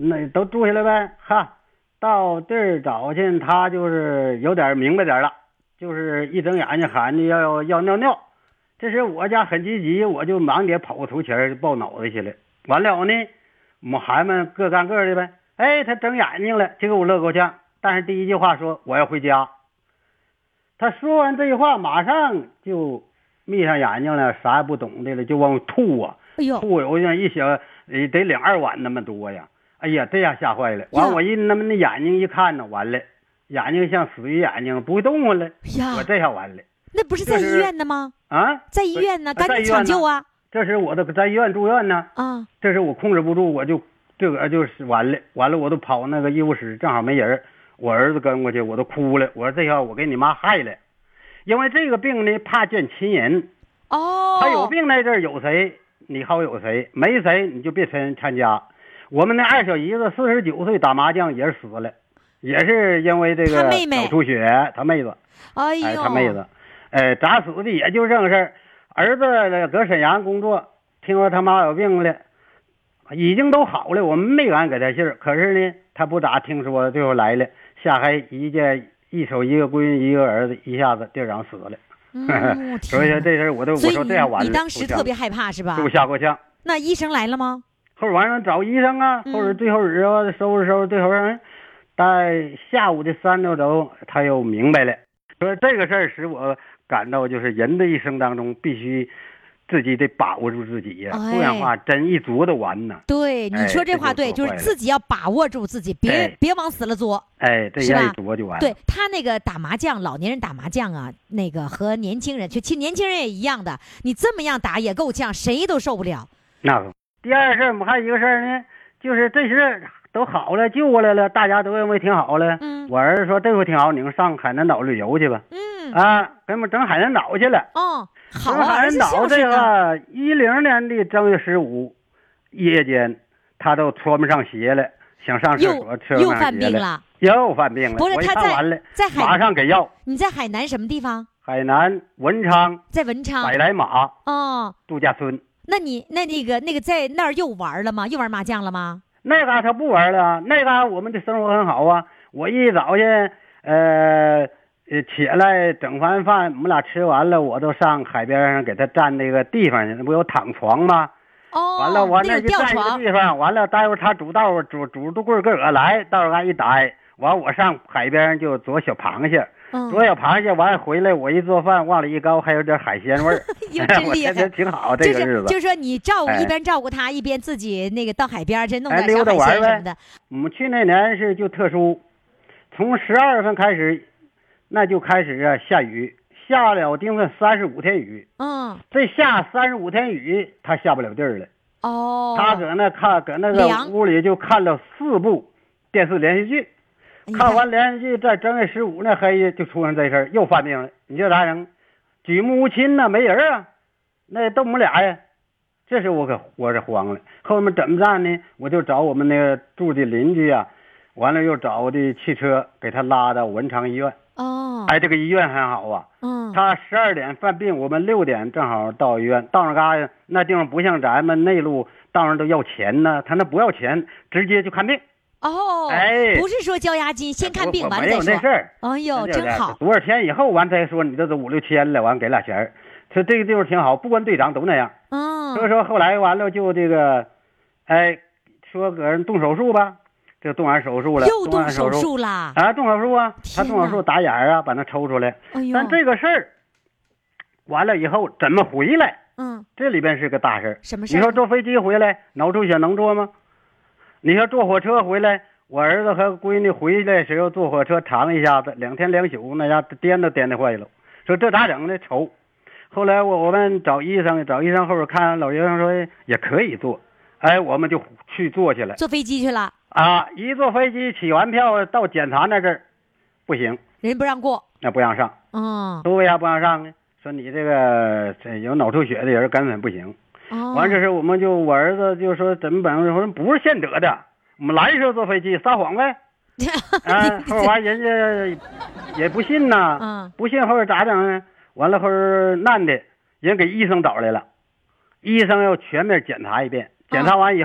那都住下来呗。哈，到地儿找去，他就是有点明白点了，就是一睁眼睛喊着要要尿尿。这时我家很积极，我就忙给跑头前抱脑袋去了。完了呢，我们孩子们各干各的呗。哎，他睁眼睛了，这个我乐够呛。但是第一句话说我要回家。他说完这句话，马上就眯上眼睛了，啥也不懂的了，就往吐啊。 哎呦， 吐有像一小得两二碗那么多呀。哎呀，这下吓坏了。完我一那么那眼睛一看呢，完了，眼睛像死鱼眼睛，不会动弹了。 呀， 我这下完了。 那不是在医院呢吗？ 啊， 在医院呢，赶紧抢救啊！ 这时我都在医院住院呢。 啊， 这时我控制不住，我就这个就是完了，完了我都跑那个医务室，正好没人，我儿子跟过去，我都哭了。我说这下我给你妈害了，因为这个病呢怕见亲人。 哦， 他有病那阵儿有谁，你好有谁，没谁你就别参参加。我们那二小姨子四十九岁打麻将也是死了，也是因为这个脑出血，他妹子， 哎呦， 哎，他妹子，哎，咋死的也就这个事儿。儿子搁沈阳工作，听说他妈有病了，已经都好了，我们没敢给他信儿。可是呢，他不咋听说，最后来了，下海一届一手一个闺女一个儿子，一下子地上死了。 嗯， 所以说这事儿我都我说这样完了。 你当时特别害怕是吧？ 就吓过呛。 那医生来了吗？ 后晚上找医生啊，或者最后日啊收拾收拾，最后人在下午的三点钟他又明白了。所以这个事儿使我感到，就是人的一生当中必须自己得把握住自己呀，不然话真一作的完呢。 对，你说这话对，就是自己要把握住自己，别别往死了作。 哎，这样一作就完了。 对，他那个打麻将，老年人打麻将啊，那个和年轻人，就其实年轻人也一样的，你这么样打也够呛，谁都受不了。 那个第二事儿，我们还有一个事儿呢，就是这事都好了，救过来了，大家都认为挺好了。嗯，我儿子说这回挺好，你们上海南岛旅游去吧。嗯啊，给我们整海南岛去了。 哦，好啊，海南岛这个一零年的正月十五夜间，他都穿不上鞋了，想上厕所，穿不上鞋了，又犯病了。 不是他在完了在海马上给药。 你在海南什么地方？ 海南文昌， 在文昌百来马哦度假村。 那你那那个那个在那儿又玩了吗？又玩麻将了吗？ 那嘎他不玩了，那嘎我们的生活很好啊。我一早去，呃，起来整完饭，我们俩吃完了，我都上海边上给他占那个地方去，那不有躺床吗？ 哦， 完了，完了就占一个地方，完了待会儿他煮道煮煮都棍儿个个来，到时候俺一待，完我上海边就做小螃蟹。做小螃蟹完回来，我一做饭往里一高，还有点海鲜味儿。我觉得挺好，这个日子。 就是说你照顾、 哎、 一边照顾他，一边自己那个到海边去弄点小海鲜什么的。 我们去那年是就特殊，从十二月份开始，那就开始啊下雨，下了定份三十五天雨。嗯，这下三十五天雨，他下不了地儿了。 哦， 他搁那看，搁那个屋里就看了四部电视连续剧。看完连续剧，在正月十五那黑夜就出现这事儿，又犯病了。你这咋整？举目无亲呐，没人啊，那都我们俩呀。这时我可我是慌了。后面怎么办呢？我就找我们那个住的邻居啊，完了又找的汽车给他拉到文昌医院。哦，哎，这个医院很好啊。嗯，他十二点犯病，我们六点正好到医院。到那嘎那地方不像咱们内陆，到那都要钱呢，他那不要钱，直接就看病。 哦， 哎， 不是说交押金，先看病完再说。 没有那事儿。 哎呦，真好。 多少天以后完再说，你这都五六千了，完给俩钱儿。这这个地方挺好，不管队长都那样。嗯。所以说后来完了就这个，哎，说搁人动手术吧，这动完手术了。 又动手术啦？ 啊，动手术啊，他动手术打眼啊，把那抽出来。哎呦。但这个事儿完了以后怎么回来？嗯。这里边是个大事儿。 什么事儿？ 你说坐飞机回来脑出血能坐吗？你说坐火车回来，我儿子和闺女回来时候坐火车躺一下子，两天两宿，那家颠都颠得坏了。说这咋整呢？愁。后来我我们找医生，找医生后边看，老医生说也可以坐，哎，我们就去坐去了。 坐飞机去了啊！一坐飞机起完票到检查那阵儿，不行， 人不让过， 那不让上。嗯，说为啥不让上呢？说你这个这有脑出血的人根本不行。哦，完这时我们就我儿子就说怎么办？我说不是现得的，我们来时候坐飞机撒谎呗。啊，后完人家也不信呐，嗯，不信后边咋整呢？完了后难的人给医生找来了，医生要全面检查一遍，检查完以后，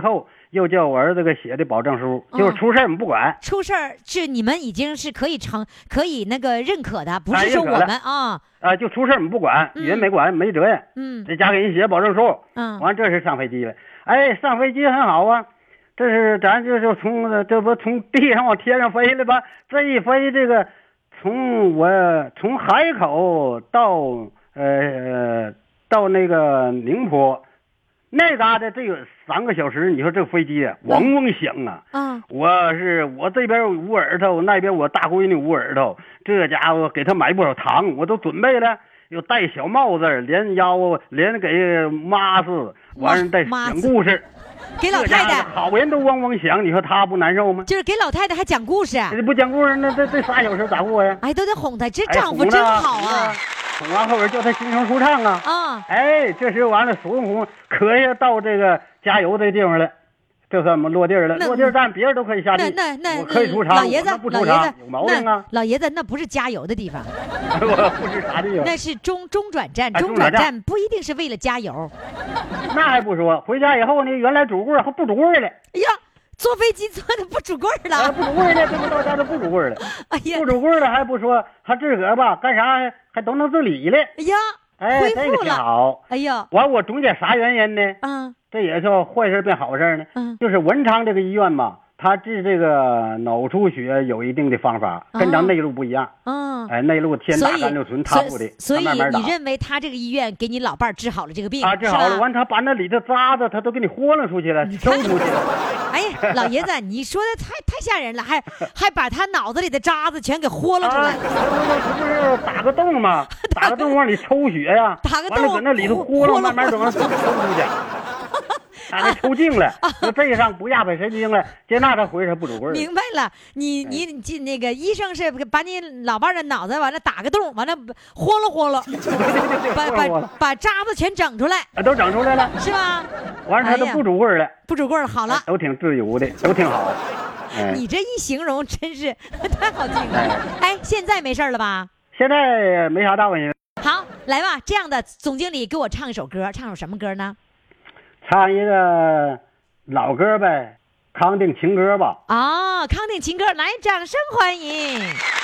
又叫我儿子给写的保证书，就是出事儿我们不管。 出事儿是你们已经是可以成可以那个认可的，不是说我们啊啊，就出事儿我们不管，语言没管没责任。 嗯， 这家给人写保证书。 嗯， 完这是上飞机了。哎，上飞机很好啊，这是咱这就从这不从地上往天上飞了吧？这一飞，这个从我从海口到呃到那个宁波。那嘎达这有三个小时，你说这飞机啊，嗡嗡响啊！ 嗯， 我是我这边捂耳朵，那边我大闺女捂耳朵，这家伙给他买不少糖，我都准备了，又戴小帽子，连腰连给妈子，完了再讲故事， 给老太太， 好人都嗡嗡响，你说他不难受吗？ 就是给老太太还讲故事， 不讲故事那这这仨小时咋过呀？ 哎，都得哄她，这丈夫真好啊！ 哄完后边叫他心声舒畅啊！ 啊， 哎，这时完了，孙悟空可下到这个加油这地方了，这算我们落地了。落地站别人都可以下地， 那那我可以出场， 老爷子， 不出场有毛病啊！ 老爷子，那不是加油的地方， 我不是啥地方， 那是中中转站， 中转站不一定是为了加油。 那还不说，回家以后呢，原来拄棍还不拄棍了。 哎呀！坐飞机坐的不拄棍儿了， 不拄棍了，这不到家都不拄棍了。 哎呀， 不拄棍了还不说，还自个儿吧，干啥还都能自理了。 哎呀， 哎， 恢复了， 这个挺好。 哎呀， 完我总结啥原因呢？ 嗯， 这也叫坏事变好事呢。 嗯， 就是文昌这个医院嘛，它治这个脑出血有一定的方法，跟咱内陆不一样。 嗯， 哎，内陆天大甘六醇，他不的， 所以慢慢你认为他这个医院给你老伴儿治好了这个病？ 啊，治好了，完他把那里的渣子他都给你豁了出去了，抽出去了。 哎呀，老爷子，你说的太太吓人了，还还把他脑子里的渣子全给豁了出来。 啊，这不是打个洞吗？打个洞往里抽血呀， 打个洞， 完了搁那里头豁了，慢慢整抽出去。他还抽筋了，说这上不压迫神经了，接那他回他不拄棍。 明白了，你你你那个医生是把你老伴的脑袋完了打个洞，完了豁了豁了，把把把渣子全整出来， 都整出来了， 是吧？ 完了他都不拄棍了， 不拄棍了，好了， 都挺自由的，都挺好。 你这一形容真是太好听了。哎，现在没事了吧？ 现在没啥大问题。 好，来吧，这样的总经理给我唱一首歌，唱首什么歌呢？ 唱一个老歌呗，康定情歌吧。 哦，康定情歌，来，掌声欢迎。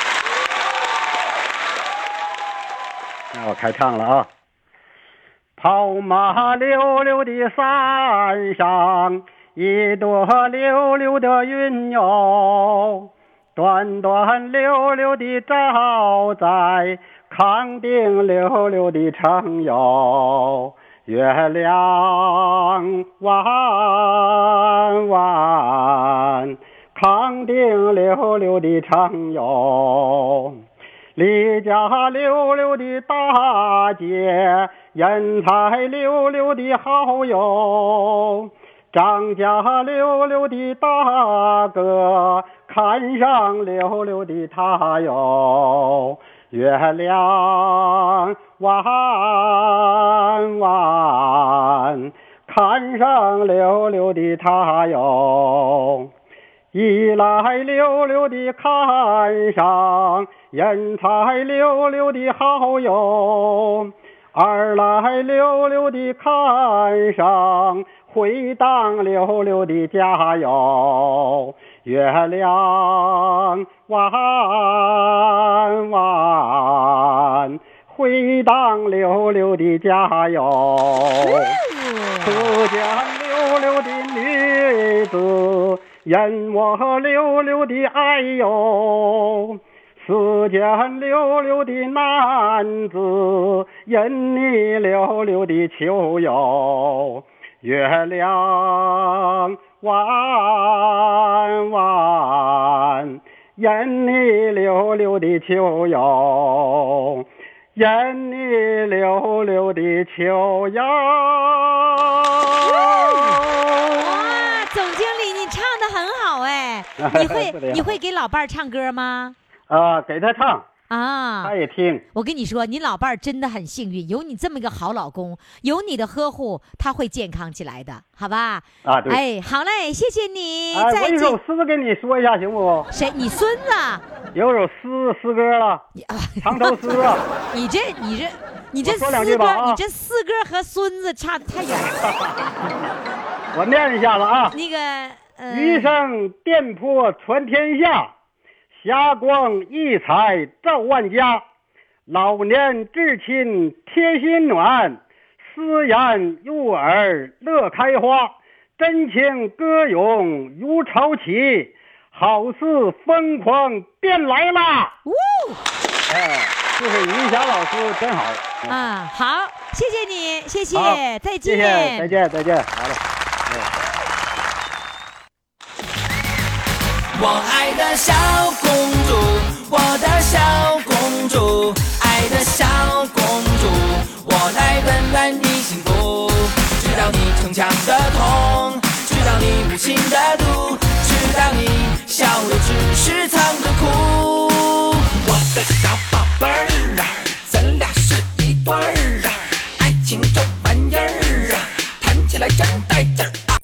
那我开唱了啊。跑马溜溜的山上，一朵溜溜的云哟，端端溜溜的照在康定溜溜的城哟。月亮弯弯，康定溜溜的城哟，李家溜溜的大姐，人才溜溜的好友，张家溜溜的大哥，看上溜溜的他哟。月亮弯弯，看上溜溜的他哟，一来溜溜的看上人才溜溜的好友，二来溜溜的看上回荡溜溜的家哟。月亮弯弯，回荡溜溜的家哟。可见溜溜的女子，引我溜溜的爱哟。似见溜溜的男子，引你溜溜的求哟。月亮弯弯，引你溜溜的求哟，引你溜溜的求哟。 哇，总经理，你唱得很好哎！你会你会给老伴儿唱歌吗？ 啊，给他唱。 啊， 他也听。 我跟你说，你老伴儿真的很幸运，有你这么一个好老公，有你的呵护，他会健康起来的，好吧？ 啊，对。 哎，好嘞，谢谢你。 哎，我有首诗跟你说一下，行不？ 谁？你孙子？ 有首诗诗歌了，长头诗啊。 你这你这你这四哥，你这四哥和孙子差得太远了。 我念一下子啊。 那个，呃， 余生电波传天下，霞光溢彩照万家。老年至亲贴心暖，私言入耳乐开花。真情歌咏如潮起，好似疯狂便来啦！哎，就是余霞老师真好啊！好，谢谢你，谢谢，再见， 谢谢，再见，再见，好了。 我爱的小公主，我的小公主，爱的小公主，我来温暖你幸福，知道你逞强的痛，知道你无情的毒，知道你笑的只是草